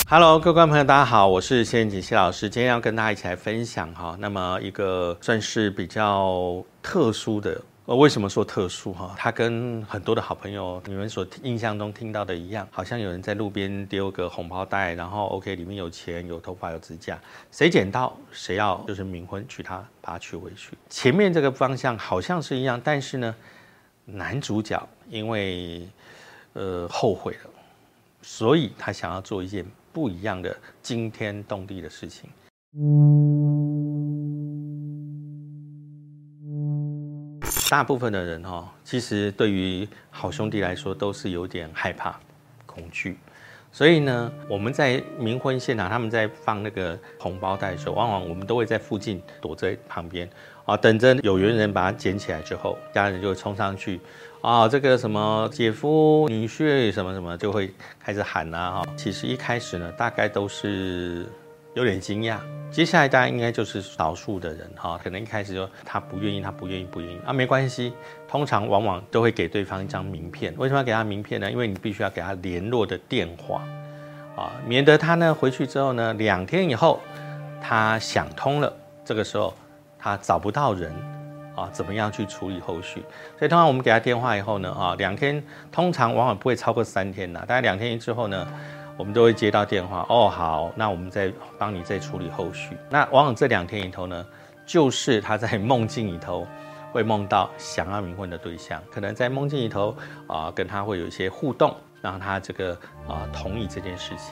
Hello，各位观众朋友，大家好，我是谢建奇老师，今天要跟大家一起来分享哈，那么一个算是比较特殊的，为什么说特殊哈？它跟很多的好朋友你们所印象中听到的一样，好像有人在路边丢个红包袋，然后 OK 里面有钱、有头发、有指甲，谁捡到谁要就是冥婚娶她，把她娶回去。前面这个方向好像是一样，但是呢，男主角因为后悔了，所以他想要做一件不一样的惊天动地的事情。大部分的人其实对于好兄弟来说都是有点害怕、恐惧，所以呢，我们在冥婚现场，他们在放那个红包袋的时候，往往我们都会在附近躲在旁边等着有缘人把它捡起来之后，家人就会冲上去这个什么姐夫、女婿什么什么就会开始喊其实一开始呢，大概都是有点惊讶。接下来大家应该就是少数的人可能一开始就他不愿意没关系。通常往往都会给对方一张名片。为什么要给他名片呢？因为你必须要给他联络的电话免得他呢回去之后呢，2天以后他想通了，这个时候他找不到人怎么样去处理后续。所以通常我们给他电话以后呢2天，通常往往不会超过3天大概2天之后呢，我们都会接到电话好，那我们再帮你再处理后续。那往往这2天里头呢，就是他在梦境里头会梦到想要冥婚的对象，可能在梦境里头跟他会有一些互动，让他这个同意这件事情。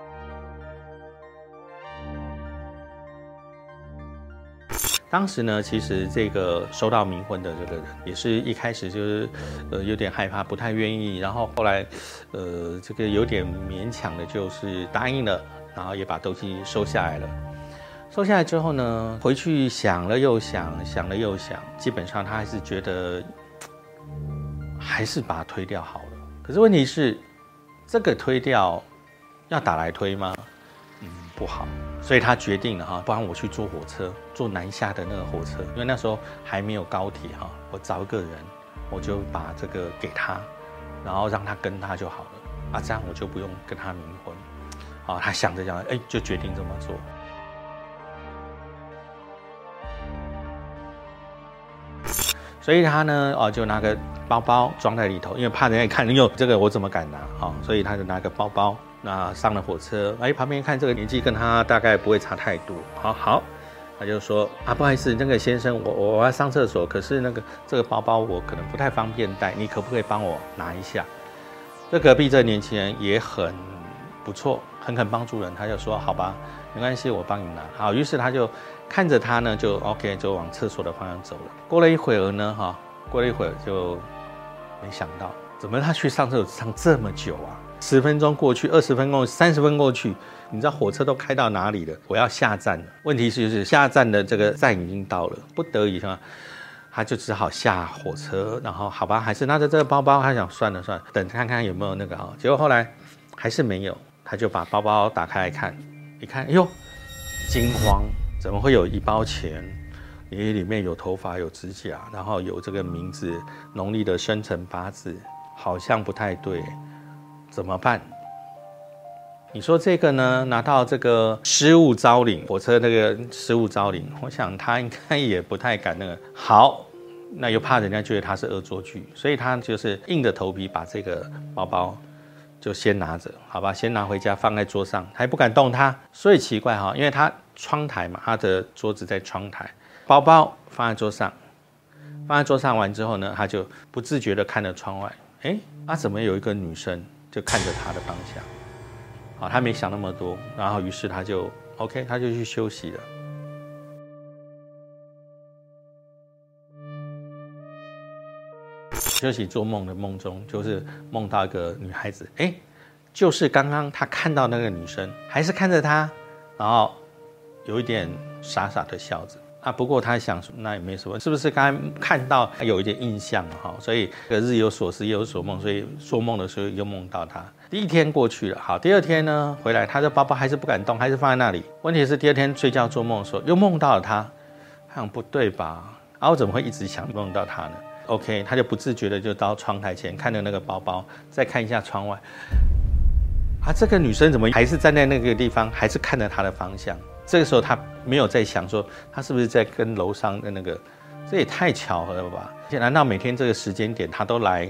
当时呢，其实这个收到冥婚的这个人，也是一开始就是有点害怕，不太愿意，然后后来这个有点勉强的，就是答应了，然后也把东西收下来了。收下来之后呢，回去想了又想，想了又想，基本上他还是觉得还是把它推掉好了。可是问题是，这个推掉要打来推吗？不好。所以他决定了不然我去坐火车，坐南下的那个火车，因为那时候还没有高铁我找一个人，我就把这个给他，然后让他跟他就好了这样我就不用跟他冥婚他想着这样就决定这么做。所以他呢就拿个包包装在里头，因为怕人家看这个我怎么敢拿所以他就拿个包包。那上了火车，旁边看这个年纪跟他大概不会差太多。好，他就说不好意思，那个先生，我要上厕所，可是这个包包我可能不太方便带，你可不可以帮我拿一下？这隔壁这个年轻人也很不错，很肯帮助人，他就说好吧，没关系，我帮你拿。好，于是他就看着他呢，就 OK， 就往厕所的方向走了。过了一会儿呢，就没想到，怎么他去上厕所上这么久10分钟过去，20分钟、30分过去，你知道火车都开到哪里了？我要下站了。问题是就是下站的这个站已经到了，不得已他就只好下火车，然后好吧，还是拿着这个包包，他想算了，等看看有没有那个结果后来还是没有，他就把包包打开来看，一看，惊慌，怎么会有一包钱？里面有头发、有指甲，然后有这个名字、农历的生辰八字，好像不太对。怎么办？你说这个呢？拿到这个失物招领，火车那个失物招领，我想他应该也不太敢那个。好，那又怕人家觉得他是恶作剧，所以他就是硬着头皮把这个包包就先拿着，好吧，先拿回家放在桌上，还不敢动它。所以奇怪因为他窗台嘛，他的桌子在窗台，包包放在桌上，完之后呢，他就不自觉的看着窗外，怎么有一个女生？就看着他的方向他没想那么多，然后于是他就 OK， 他就去休息了。休息做梦的梦中，就是梦到一个女孩子，就是刚刚他看到那个女生，还是看着他，然后有一点傻傻的笑着不过他想说那也没什么，是不是刚才看到有一点印象所以日有所思夜有所梦，所以做梦的时候又梦到他。第1天过去了，好，第2天呢回来，他的包包还是不敢动，还是放在那里。问题是第2天睡觉做梦的时候又梦到了他，他想不对吧？我怎么会一直想梦到他呢？ OK， 他就不自觉的就到窗台前看着那个包包，再看一下窗外这个女生怎么还是站在那个地方，还是看着他的方向？这个时候他没有在想说他是不是在跟楼上的那个，这也太巧合了吧？难道每天这个时间点他都来？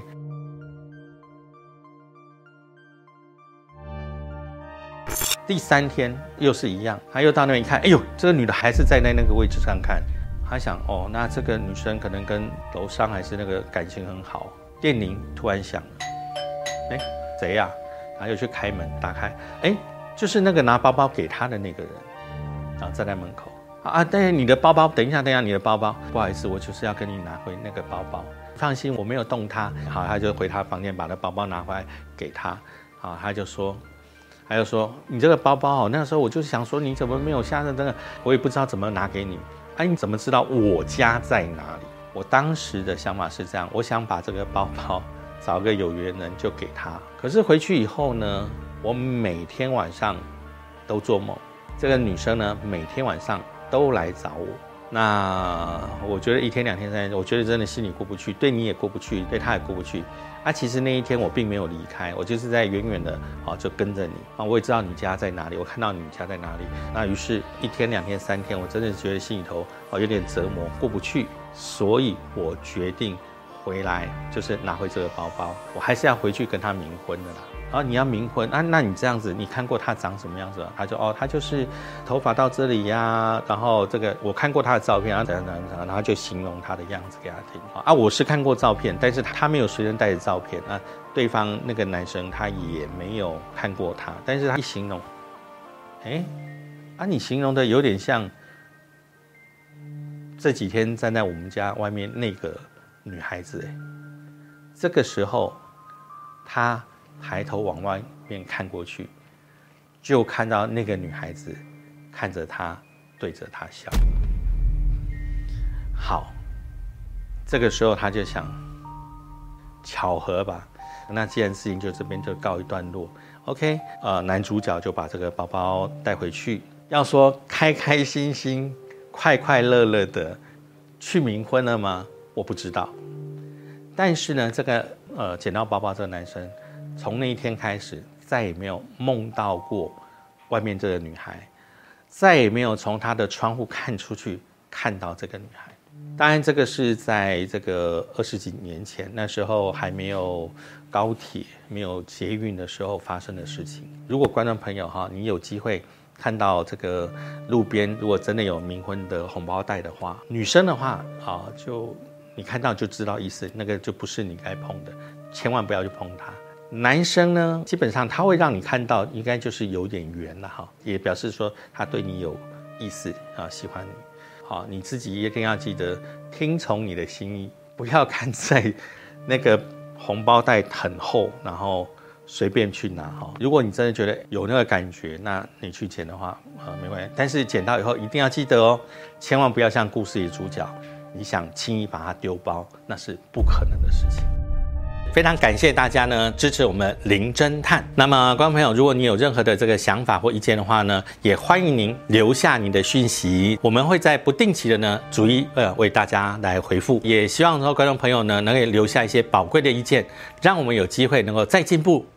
第3天又是一样，他又到那边一看，哎呦，这个女的还是站在那个位置上看。他想，哦，那这个女生可能跟楼上还是那个感情很好。电铃突然响了，哎，谁呀？然后又去开门，打开，哎，就是那个拿包包给他的那个人，然后站在门口。但是你的包包，等一下，你的包包，不好意思，我就是要跟你拿回那个包包。放心，我没有动它。好，他就回他房间，把那包包拿回来给他。好，他就说你这个包包那时候我就想说你怎么没有下这个，我也不知道怎么拿给你。你怎么知道我家在哪里？我当时的想法是这样，我想把这个包包找个有缘人就给他。可是回去以后呢，我每天晚上都做梦，这个女生呢每天晚上都来找我。那我觉得1天2天3天，我觉得真的心里过不去，对你也过不去，对他也过不去。其实那一天我并没有离开，我就是在远远的就跟着你我也知道你家在哪里，我看到你家在哪里。那于是1天2天3天，我真的觉得心里头有点折磨，过不去，所以我决定回来，就是拿回这个包包，我还是要回去跟他冥婚的啦。你要冥婚那你这样子，你看过他长什么样子吗？他就他就是头发到这里呀，然后这个我看过他的照片，然后就形容他的样子给他听我是看过照片，但是他没有随身带着照片对方那个男生他也没有看过他，但是他一形容，你形容的有点像这几天站在我们家外面那个女孩子这个时候他抬头往外面看过去，就看到那个女孩子看着他，对着他笑。好，这个时候他就想，巧合吧？那既然事情就这边就告一段落 ，OK， 男主角就把这个包包带回去，要说开开心心、快快乐乐的去冥婚了吗？我不知道。但是呢，这个捡到包包这个男生，从那一天开始，再也没有梦到过外面这个女孩，再也没有从她的窗户看出去看到这个女孩。当然，这个是在这个20几年前，那时候还没有高铁、没有捷运的时候发生的事情。如果观众朋友你有机会看到这个路边，如果真的有冥婚的红包袋的话，女生的话就你看到就知道意思，那个就不是你该碰的，千万不要去碰它。男生呢，基本上他会让你看到，应该就是有点缘了也表示说他对你有意思喜欢你。你自己一定要记得听从你的心意，不要看在那个红包袋很厚，然后随便去拿如果你真的觉得有那个感觉，那你去捡的话没关系。但是捡到以后一定要记得千万不要像故事里主角，你想轻易把它丢包，那是不可能的事情。非常感谢大家呢支持我们林侦探。那么观众朋友，如果你有任何的这个想法或意见的话呢，也欢迎您留下你的讯息，我们会在不定期的呢逐一为大家来回复。也希望说观众朋友呢能够留下一些宝贵的意见，让我们有机会能够再进步，